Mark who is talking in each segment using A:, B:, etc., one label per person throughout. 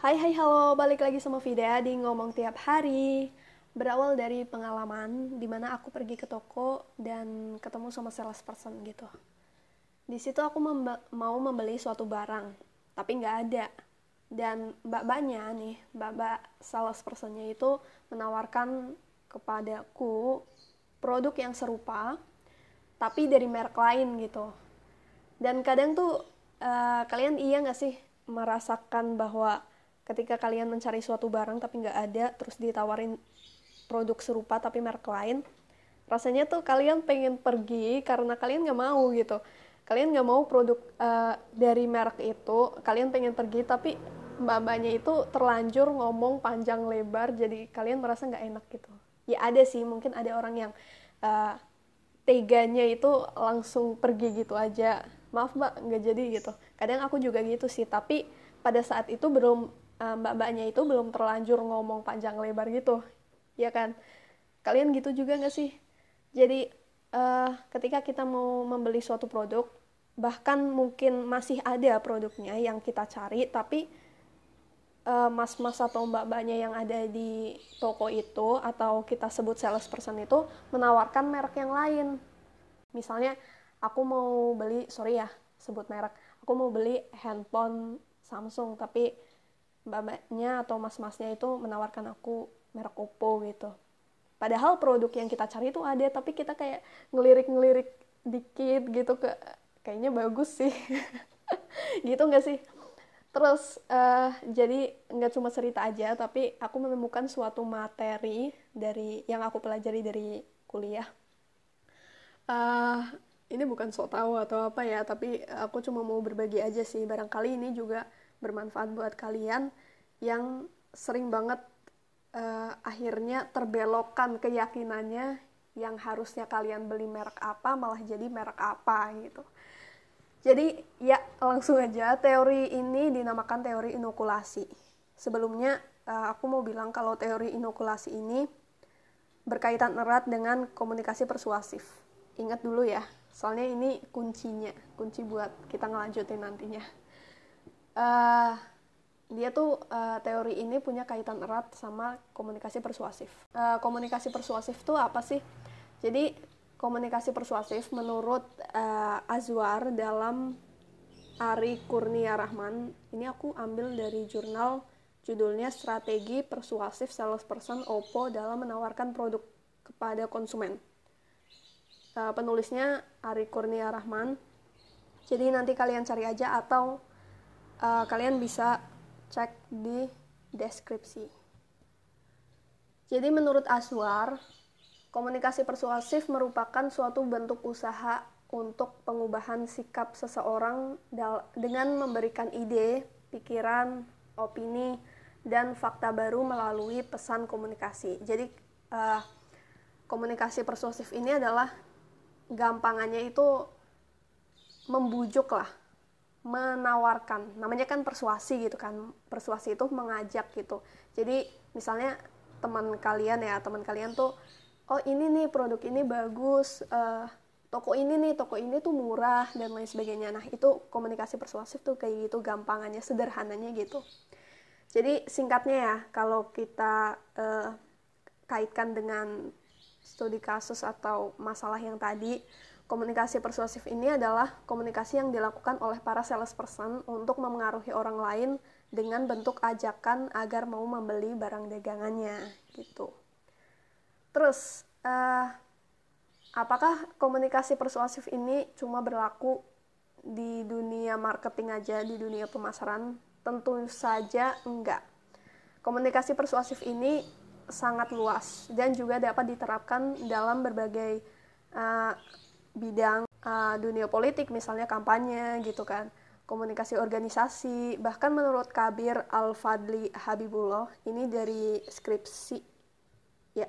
A: Hai hai halo, balik lagi sama Vida di Ngomong Tiap Hari. Berawal dari pengalaman dimana aku pergi ke toko dan ketemu sama salesperson gitu. Di situ aku mau membeli suatu barang, tapi nggak ada. Dan mbak-mbaknya nih, mbak-mbak salespersonnya itu menawarkan kepadaku produk yang serupa, tapi dari merek lain gitu. Dan kadang tuh kalian iya nggak sih merasakan bahwa ketika kalian mencari suatu barang tapi nggak ada, terus ditawarin produk serupa tapi merek lain, rasanya tuh kalian pengen pergi karena kalian nggak mau gitu. Kalian nggak mau produk dari merek itu, kalian pengen pergi tapi mbak-mbaknya itu terlanjur ngomong panjang lebar, jadi kalian merasa nggak enak gitu. Ya ada sih, mungkin ada orang yang uh, teganya itu langsung pergi gitu aja, maaf mbak nggak jadi gitu. Kadang aku juga gitu sih, tapi pada saat itu belum mbak-mbaknya itu belum terlanjur ngomong panjang lebar gitu, ya kan? Kalian gitu juga nggak sih? Jadi ketika kita mau membeli suatu produk, bahkan mungkin masih ada produknya yang kita cari, tapi mas-mas atau mbak-mbaknya yang ada di toko itu atau kita sebut salesperson itu menawarkan merek yang lain. Misalnya aku mau beli, sorry ya sebut merek, aku mau beli handphone Samsung tapi mbak-mbaknya atau mas-masnya itu menawarkan aku merek Oppo gitu. Padahal produk yang kita cari itu ada, tapi kita kayak ngelirik-ngelirik dikit gitu, kayaknya bagus sih. Gitu nggak sih? Terus jadi nggak cuma cerita aja, tapi aku menemukan suatu materi dari yang aku pelajari dari kuliah. uh, ini bukan sok tahu atau apa ya, tapi aku cuma mau berbagi aja sih. Barangkali ini juga bermanfaat buat kalian yang sering banget akhirnya terbelokkan keyakinannya, yang harusnya kalian beli merek apa malah jadi merek apa gitu. Jadi ya langsung aja, teori ini dinamakan teori inokulasi. Sebelumnya aku mau bilang kalau teori inokulasi ini berkaitan erat dengan komunikasi persuasif. Ingat dulu ya, soalnya ini kuncinya, kunci buat kita ngelanjutin nantinya. Uh, dia tuh teori ini punya kaitan erat sama komunikasi persuasif. Komunikasi persuasif tuh apa sih? Jadi komunikasi persuasif menurut Azwar dalam Ari Kurnia Rahman, ini aku ambil dari jurnal judulnya Strategi Persuasif Salesperson Oppo dalam menawarkan produk kepada konsumen. Penulisnya Ari Kurnia Rahman. Jadi nanti kalian cari aja atau kalian bisa cek di deskripsi. Jadi menurut Aswar, komunikasi persuasif merupakan suatu bentuk usaha untuk pengubahan sikap seseorang dengan memberikan ide, pikiran, opini, dan fakta baru melalui pesan komunikasi. Jadi komunikasi persuasif ini adalah gampangannya itu membujuk lah, menawarkan. Namanya kan persuasi gitu kan. Persuasi itu mengajak gitu. Jadi misalnya teman kalian tuh, oh ini nih produk ini bagus, toko ini tuh murah dan lain sebagainya. Nah itu komunikasi persuasif tuh kayak gitu, gampangannya, sederhananya gitu. Jadi singkatnya ya, kalau kita kaitkan dengan studi kasus atau masalah yang tadi, komunikasi persuasif ini adalah komunikasi yang dilakukan oleh para salesperson untuk memengaruhi orang lain dengan bentuk ajakan agar mau membeli barang dagangannya gitu. Terus apakah komunikasi persuasif ini cuma berlaku di dunia marketing aja, di dunia pemasaran? Tentu saja enggak. Komunikasi persuasif ini sangat luas dan juga dapat diterapkan dalam berbagai bidang dunia politik, misalnya kampanye gitu kan, komunikasi organisasi. Bahkan menurut Kabir Al-Fadli Habibullah, ini dari skripsi ya,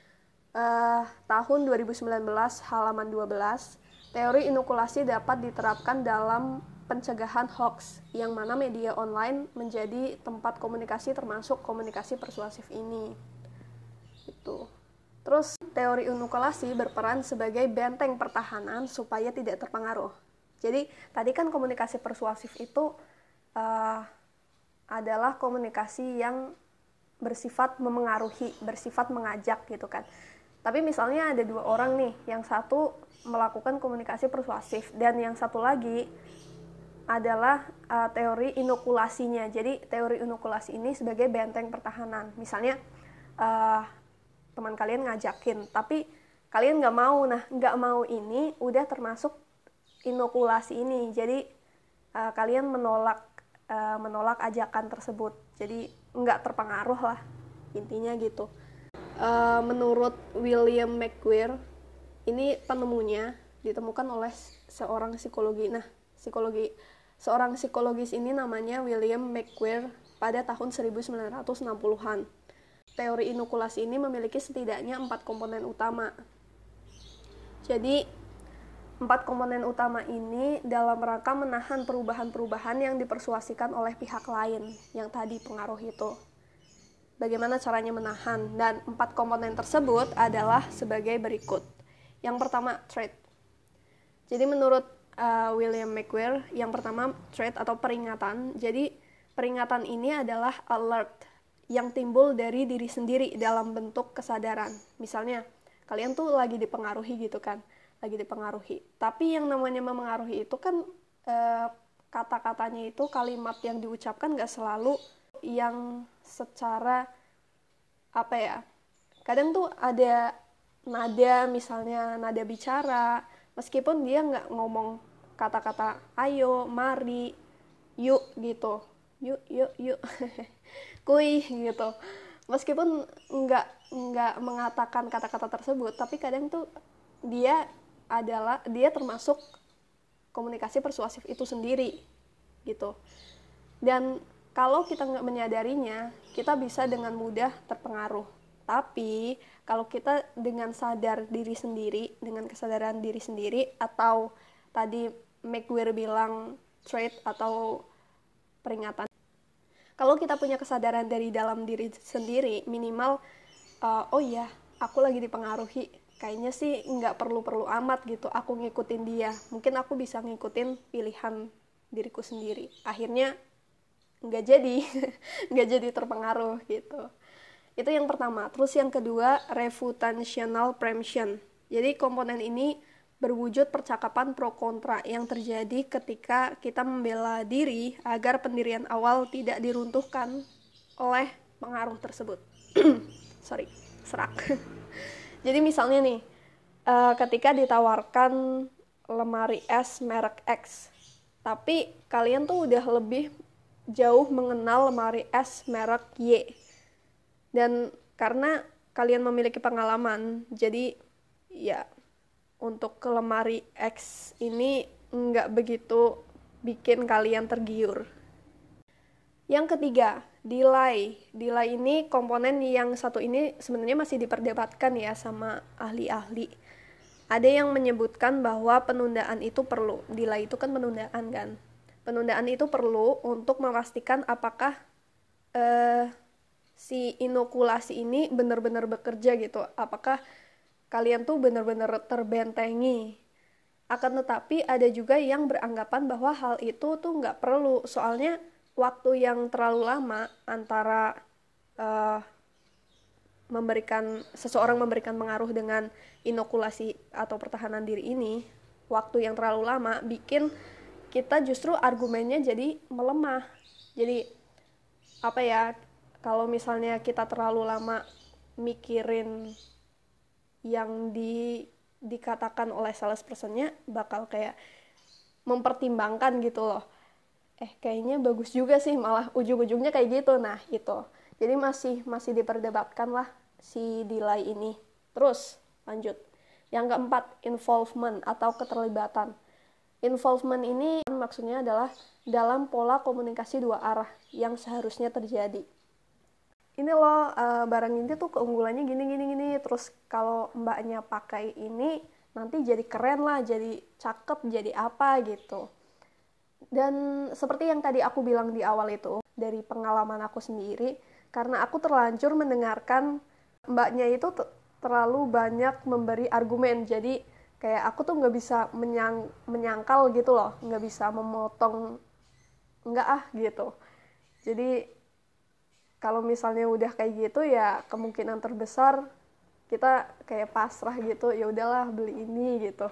A: tahun 2019 halaman 12, teori inokulasi dapat diterapkan dalam pencegahan hoax, yang mana media online menjadi tempat komunikasi termasuk komunikasi persuasif ini. Itu. Terus teori inokulasi berperan sebagai benteng pertahanan supaya tidak terpengaruh. Jadi tadi kan komunikasi persuasif itu adalah komunikasi yang bersifat memengaruhi, bersifat mengajak gitu kan. Tapi misalnya ada dua orang nih, yang satu melakukan komunikasi persuasif dan yang satu lagi adalah teori inokulasinya. Jadi teori inokulasi ini sebagai benteng pertahanan. Misalnya teman kalian ngajakin, tapi kalian nggak mau. Nah, nggak mau ini udah termasuk inokulasi ini. Jadi kalian menolak ajakan tersebut. Jadi nggak terpengaruh lah, intinya gitu. Menurut William McQueer, ini penemunya ditemukan oleh seorang psikologi. Nah, seorang psikologis ini namanya William McQueer pada tahun 1960-an. Teori inokulasi ini memiliki setidaknya 4 komponen utama. Jadi 4 komponen utama ini dalam rangka menahan perubahan-perubahan yang dipersuasikan oleh pihak lain yang tadi pengaruh itu. Bagaimana caranya menahan? Dan 4 komponen tersebut adalah sebagai berikut. Yang pertama, threat. Jadi menurut William McQueer, yang pertama threat atau peringatan. Jadi peringatan ini adalah alert yang timbul dari diri sendiri dalam bentuk kesadaran. Misalnya, kalian tuh lagi dipengaruhi gitu kan, lagi dipengaruhi. Tapi yang namanya memengaruhi itu kan kata-katanya itu, kalimat yang diucapkan gak selalu yang secara kadang tuh ada nada, misalnya nada bicara, meskipun dia nggak ngomong kata-kata ayo, mari, yuk gitu, yuk kuy gitu, meskipun nggak mengatakan kata-kata tersebut, tapi kadang tuh dia termasuk komunikasi persuasif itu sendiri gitu. Dan kalau kita nggak menyadarinya, kita bisa dengan mudah terpengaruh. Tapi kalau kita dengan sadar diri sendiri, dengan kesadaran diri sendiri, atau tadi McQueer bilang trait atau peringatan. Kalau kita punya kesadaran dari dalam diri sendiri, minimal, oh iya, aku lagi dipengaruhi. Kayaknya sih nggak perlu-perlu amat gitu, aku ngikutin dia. Mungkin aku bisa ngikutin pilihan diriku sendiri. Akhirnya nggak jadi terpengaruh gitu. Itu yang pertama. Terus yang kedua, reputational preemption. Jadi komponen ini berwujud percakapan pro kontra yang terjadi ketika kita membela diri agar pendirian awal tidak diruntuhkan oleh pengaruh tersebut. Serak. Jadi misalnya nih, ketika ditawarkan lemari es merek X, tapi kalian tuh udah lebih jauh mengenal lemari es merek Y. Dan karena kalian memiliki pengalaman, jadi ya untuk ke lemari X ini nggak begitu bikin kalian tergiur. Yang ketiga, delay. Delay ini komponen yang satu ini sebenarnya masih diperdebatkan ya sama ahli-ahli. Ada yang menyebutkan bahwa penundaan itu perlu. Delay itu kan penundaan kan. Penundaan itu perlu untuk memastikan apakah si inokulasi ini benar-benar bekerja gitu. Apakah kalian tuh benar-benar terbentengi. Akan tetapi ada juga yang beranggapan bahwa hal itu tuh nggak perlu. Soalnya waktu yang terlalu lama antara seseorang memberikan pengaruh dengan inokulasi atau pertahanan diri ini, waktu yang terlalu lama bikin kita justru argumennya jadi melemah. Jadi kalau misalnya kita terlalu lama mikirin yang dikatakan oleh salespersonnya, bakal kayak mempertimbangkan gitu loh. Kayaknya bagus juga sih, malah ujung-ujungnya kayak gitu. Nah itu, jadi masih diperdebatkan lah si delay ini. Terus lanjut, yang keempat, involvement atau keterlibatan. Involvement ini maksudnya adalah dalam pola komunikasi dua arah yang seharusnya terjadi. Ini loh, barang ini tuh keunggulannya gini. Terus kalau mbaknya pakai ini, nanti jadi keren lah, jadi cakep, jadi apa gitu. Dan seperti yang tadi aku bilang di awal itu, dari pengalaman aku sendiri, karena aku terlanjur mendengarkan mbaknya itu terlalu banyak memberi argumen. Jadi kayak aku tuh nggak bisa menyangkal gitu loh, nggak bisa memotong, gitu. Jadi kalau misalnya udah kayak gitu ya kemungkinan terbesar kita kayak pasrah gitu, ya udahlah beli ini gitu.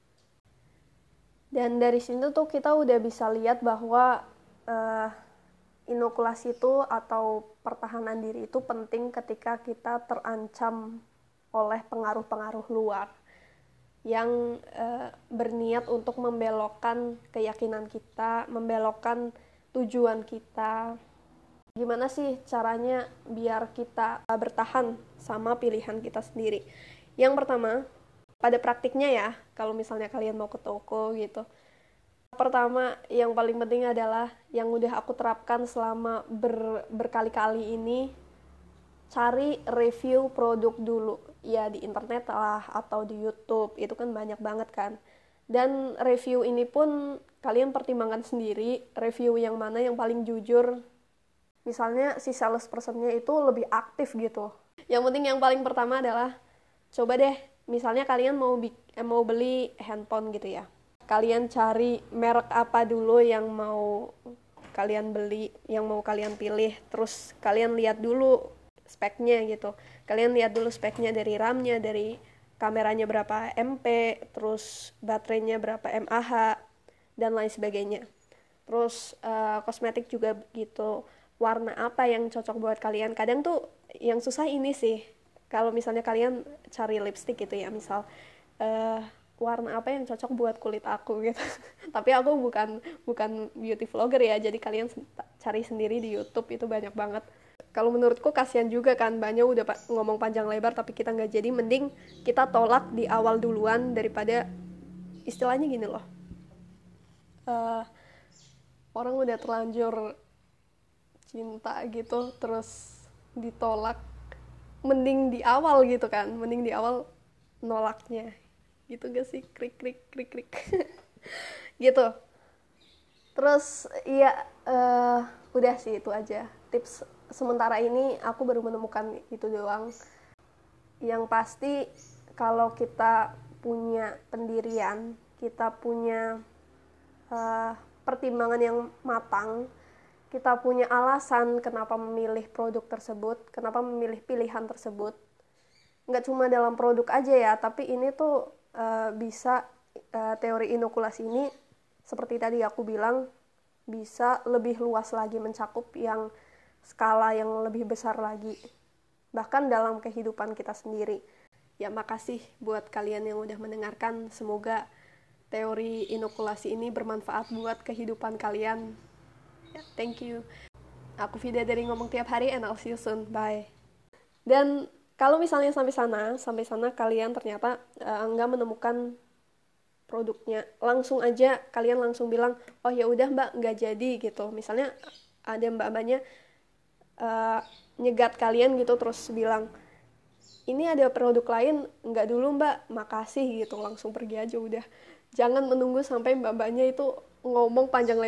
A: Dan dari sini tuh kita udah bisa lihat bahwa inokulasi itu atau pertahanan diri itu penting ketika kita terancam oleh pengaruh-pengaruh luar yang berniat untuk membelokkan keyakinan kita, membelokkan tujuan kita. Gimana sih caranya biar kita bertahan sama pilihan kita sendiri? Yang pertama, pada praktiknya ya, kalau misalnya kalian mau ke toko gitu. Pertama, yang paling penting adalah yang udah aku terapkan selama berkali-kali ini, cari review produk dulu. Ya di internet lah atau di YouTube, itu kan banyak banget kan. Dan review ini pun kalian pertimbangkan sendiri, review yang mana yang paling jujur. Misalnya si salespersonnya itu lebih aktif gitu. Yang penting yang paling pertama adalah coba deh, misalnya kalian mau beli handphone gitu ya. Kalian cari merek apa dulu yang mau kalian beli, yang mau kalian pilih. Terus kalian lihat dulu speknya gitu. Kalian lihat dulu speknya dari RAM-nya, dari kameranya berapa MP, terus baterainya berapa mAh, dan lain sebagainya. Terus kosmetik juga gitu, warna apa yang cocok buat kalian. Kadang tuh yang susah ini sih, kalau misalnya kalian cari lipstick gitu ya, misal warna apa yang cocok buat kulit aku gitu. Tapi aku bukan beauty vlogger ya, jadi kalian cari sendiri di YouTube, itu banyak banget. Kalau menurutku kasihan juga kan, banyak udah ngomong panjang lebar tapi kita nggak jadi. Mending kita tolak di awal duluan daripada istilahnya gini loh, orang udah terlanjur cinta gitu terus ditolak, mending di awal gitu kan, mending di awal nolaknya gitu gak sih, krik krik krik krik. Gitu. Terus iya, udah sih itu aja tips sementara ini, aku baru menemukan itu doang. Yang pasti kalau kita punya pendirian, kita punya pertimbangan yang matang, kita punya alasan kenapa memilih produk tersebut, kenapa memilih pilihan tersebut. Nggak cuma dalam produk aja ya, tapi ini tuh bisa teori inokulasi ini seperti tadi aku bilang bisa lebih luas lagi, mencakup yang skala yang lebih besar lagi, bahkan dalam kehidupan kita sendiri. Ya makasih buat kalian yang udah mendengarkan, semoga teori inokulasi ini bermanfaat buat kehidupan kalian. Ya, thank you. Aku Vida dari Ngomong Tiap Hari, and I'll see you soon. Bye. Dan kalau misalnya sampai sana kalian ternyata nggak menemukan produknya, langsung aja kalian langsung bilang, oh ya udah mbak, nggak jadi gitu. Misalnya ada mbak-mbaknya nyegat kalian gitu, terus bilang ini ada produk lain, nggak dulu mbak, makasih gitu, langsung pergi aja udah. Jangan menunggu sampai mbak-mbaknya itu ngomong panjang lebar